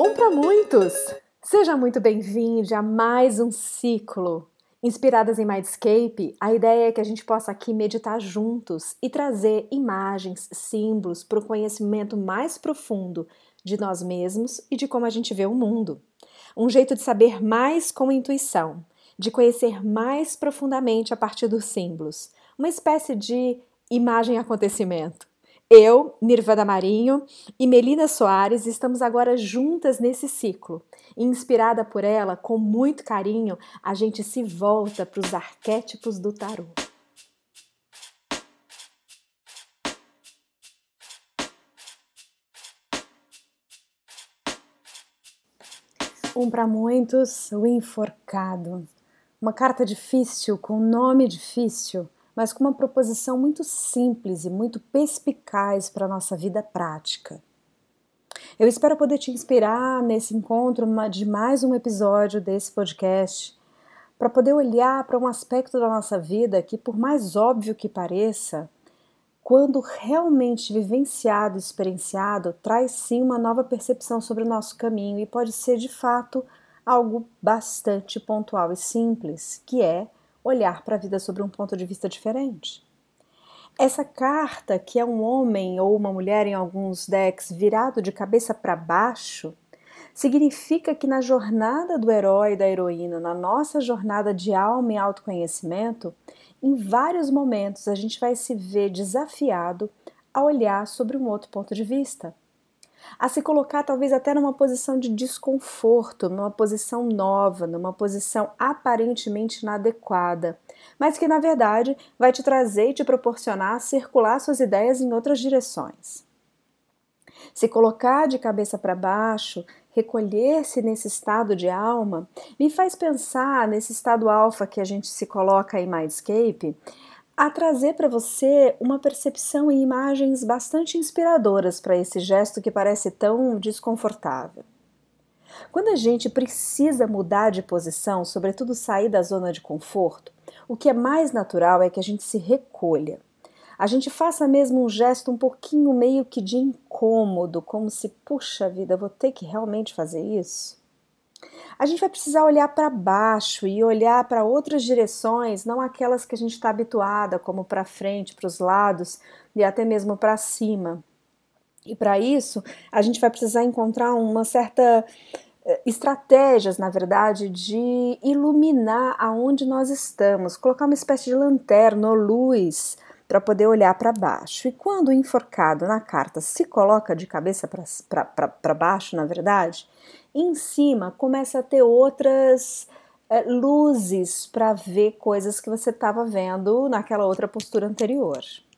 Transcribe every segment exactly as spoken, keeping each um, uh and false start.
Um para muitos! Seja muito bem-vindo a mais um ciclo. Inspiradas em Mindscape, a ideia é que a gente possa aqui meditar juntos e trazer imagens, símbolos para o conhecimento mais profundo de nós mesmos e de como a gente vê o mundo. Um jeito de saber mais com intuição, de conhecer mais profundamente a partir dos símbolos. Uma espécie de imagem-acontecimento. Eu, Nirvana Marinho e Melina Soares estamos agora juntas nesse ciclo. Inspirada por ela, com muito carinho, a gente se volta para os arquétipos do tarô. Um para muitos, o enforcado. Uma carta difícil, com nome difícil, mas com uma proposição muito simples e muito perspicaz para a nossa vida prática. Eu espero poder te inspirar nesse encontro de mais um episódio desse podcast, para poder olhar para um aspecto da nossa vida que, por mais óbvio que pareça, quando realmente vivenciado e experienciado, traz sim uma nova percepção sobre o nosso caminho e pode ser de fato algo bastante pontual e simples, que é olhar para a vida sobre um ponto de vista diferente. Essa carta, que é um homem ou uma mulher em alguns decks virado de cabeça para baixo, significa que na jornada do herói e da heroína, na nossa jornada de alma e autoconhecimento, em vários momentos a gente vai se ver desafiado a olhar sobre um outro ponto de vista, a se colocar talvez até numa posição de desconforto, numa posição nova, numa posição aparentemente inadequada, mas que na verdade vai te trazer e te proporcionar circular suas ideias em outras direções. Se colocar de cabeça para baixo, recolher-se nesse estado de alma, me faz pensar nesse estado alfa que a gente se coloca em Mindscape, a trazer para você uma percepção e imagens bastante inspiradoras para esse gesto que parece tão desconfortável. Quando a gente precisa mudar de posição, sobretudo sair da zona de conforto, o que é mais natural é que a gente se recolha. A gente faça mesmo um gesto um pouquinho meio que de incômodo, como se, puxa vida, eu vou ter que realmente fazer isso? A gente vai precisar olhar para baixo e olhar para outras direções, não aquelas que a gente está habituada, como para frente, para os lados e até mesmo para cima. E para isso, a gente vai precisar encontrar uma certa estratégias, na verdade, de iluminar aonde nós estamos, colocar uma espécie de lanterna ou luz para poder olhar para baixo. E quando o enforcado na carta se coloca de cabeça para baixo, na verdade, em cima começa a ter outras é, luzes para ver coisas que você estava vendo naquela outra postura anterior.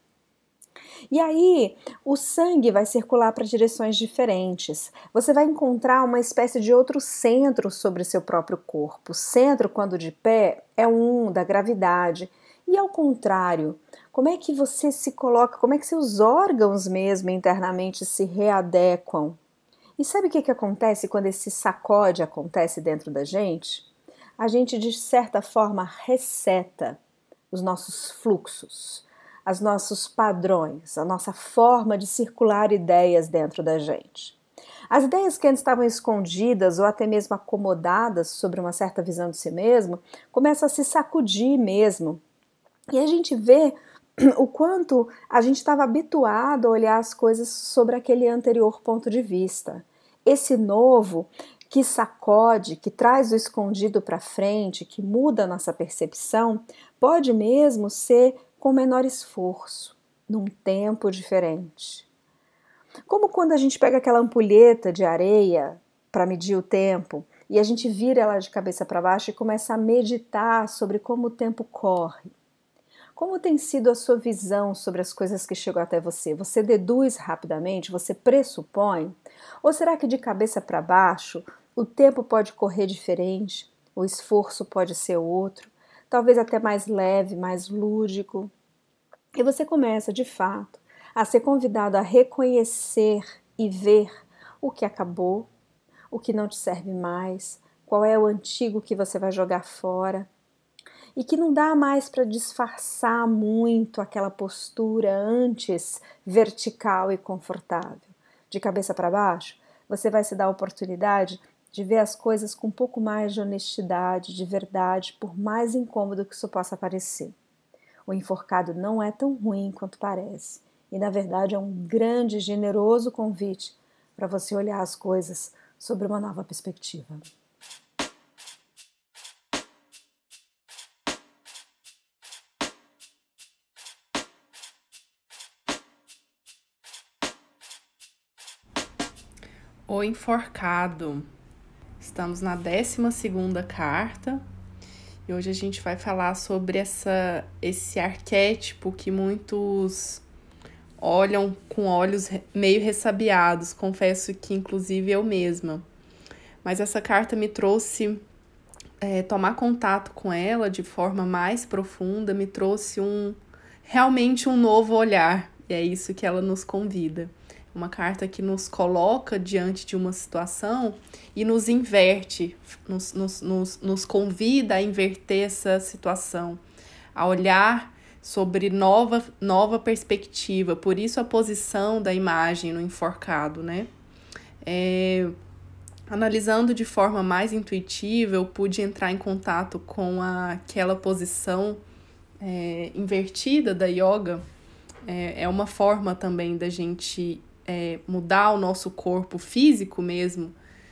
E aí, o sangue vai circular para direções diferentes. Você vai encontrar uma espécie de outro centro sobre seu próprio corpo. O centro, quando de pé, é um da gravidade. E ao contrário, como é que você se coloca, como é que seus órgãos mesmo internamente se readequam? E sabe o que, que acontece quando esse sacode acontece dentro da gente? A gente, de certa forma, reseta os nossos fluxos, os nossos padrões, a nossa forma de circular ideias dentro da gente. As ideias que antes estavam escondidas ou até mesmo acomodadas sobre uma certa visão de si mesmo, começam a se sacudir mesmo. E a gente vê o quanto a gente estava habituado a olhar as coisas sobre aquele anterior ponto de vista. Esse novo que sacode, que traz o escondido para frente, que muda a nossa percepção, pode mesmo ser com menor esforço, num tempo diferente. Como quando a gente pega aquela ampulheta de areia para medir o tempo e a gente vira ela de cabeça para baixo e começa a meditar sobre como o tempo corre. Como tem sido a sua visão sobre as coisas que chegam até você? Você deduz rapidamente? Você pressupõe? Ou será que de cabeça para baixo o tempo pode correr diferente? O esforço pode ser outro? Talvez até mais leve, mais lúdico? E você começa, de fato, a ser convidado a reconhecer e ver o que acabou, o que não te serve mais, qual é o antigo que você vai jogar fora. E que não dá mais para disfarçar muito aquela postura antes vertical e confortável. De cabeça para baixo, você vai se dar a oportunidade de ver as coisas com um pouco mais de honestidade, de verdade, por mais incômodo que isso possa parecer. O enforcado não é tão ruim quanto parece, e na verdade é um grande e generoso convite para você olhar as coisas sobre uma nova perspectiva. O enforcado. Estamos na décima segunda carta e hoje a gente vai falar sobre essa, esse arquétipo que muitos olham com olhos meio ressabiados. Confesso que inclusive eu mesma. Mas essa carta me trouxe é, tomar contato com ela de forma mais profunda, me trouxe um realmente um novo olhar. E é isso que ela nos convida. Uma carta que nos coloca diante de uma situação e nos inverte, nos, nos, nos, nos convida a inverter essa situação, a olhar sobre nova, nova perspectiva. Por isso a posição da imagem no enforcado, né? É, analisando de forma mais intuitiva, eu pude entrar em contato com a, aquela posição é, invertida da yoga. É, é uma forma também da gente É, mudar o nosso corpo físico mesmo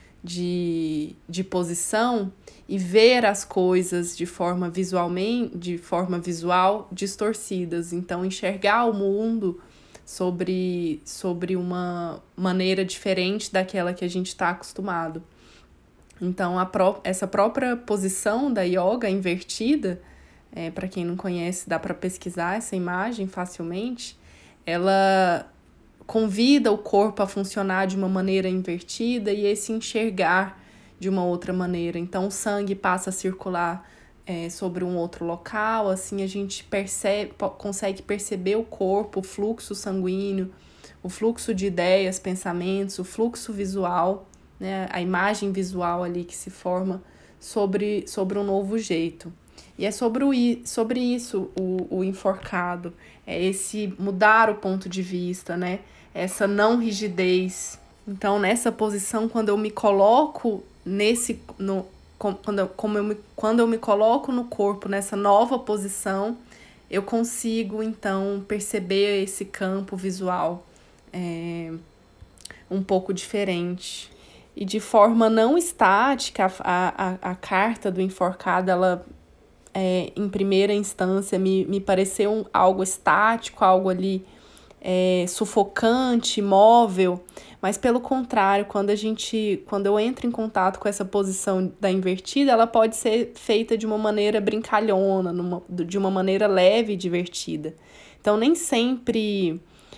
de, de posição e ver as coisas de forma visualmente, de forma visual distorcidas. Então, enxergar o mundo sobre, sobre uma maneira diferente daquela que a gente está acostumado. Então, a pró- essa própria posição da yoga invertida, é, para quem não conhece, dá para pesquisar essa imagem facilmente, ela convida o corpo a funcionar de uma maneira invertida e esse enxergar de uma outra maneira. Então, o sangue passa a circular é, sobre um outro local, assim a gente percebe, consegue perceber o corpo, o fluxo sanguíneo, o fluxo de ideias, pensamentos, o fluxo visual, né, a imagem visual ali que se forma sobre, sobre um novo jeito. E é sobre, o, sobre isso o, o enforcado, é esse mudar o ponto de vista, né? Essa não rigidez. Então, nessa posição, quando eu me coloco nesse... No, quando, eu, como eu me, quando eu me coloco no corpo, nessa nova posição, eu consigo, então, perceber esse campo visual é, um pouco diferente. E de forma não estática, a, a, a carta do enforcado, ela... É, em primeira instância, me, me pareceu um, algo estático, algo ali é, sufocante, móvel, mas pelo contrário, quando a gente, quando eu entro em contato com essa posição da invertida, ela pode ser feita de uma maneira brincalhona, numa, de uma maneira leve e divertida. Então, nem sempre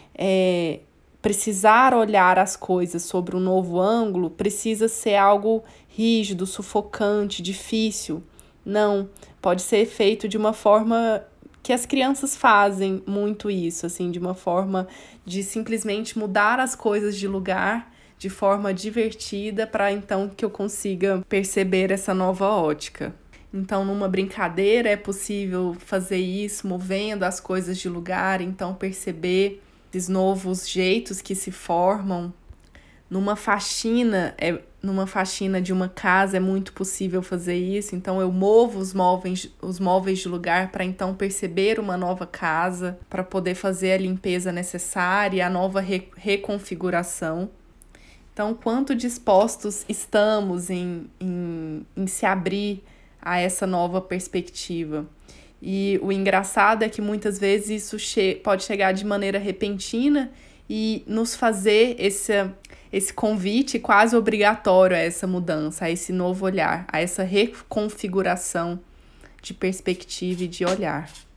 é, precisar olhar as coisas sobre um novo ângulo precisa ser algo rígido, sufocante, difícil. Não, pode ser feito de uma forma que as crianças fazem muito isso, assim, de uma forma de simplesmente mudar as coisas de lugar de forma divertida para então que eu consiga perceber essa nova ótica. Então, numa brincadeira é possível fazer isso, movendo as coisas de lugar, então perceber esses novos jeitos que se formam. Numa faxina, é, numa faxina de uma casa é muito possível fazer isso, então eu movo os móveis, os móveis de lugar para então perceber uma nova casa, para poder fazer a limpeza necessária, a nova re- reconfiguração. Então, quanto dispostos estamos em, em, em se abrir a essa nova perspectiva? E o engraçado é que muitas vezes isso che- pode chegar de maneira repentina e nos fazer esse... esse convite quase obrigatório a essa mudança, a esse novo olhar, a essa reconfiguração de perspectiva e de olhar.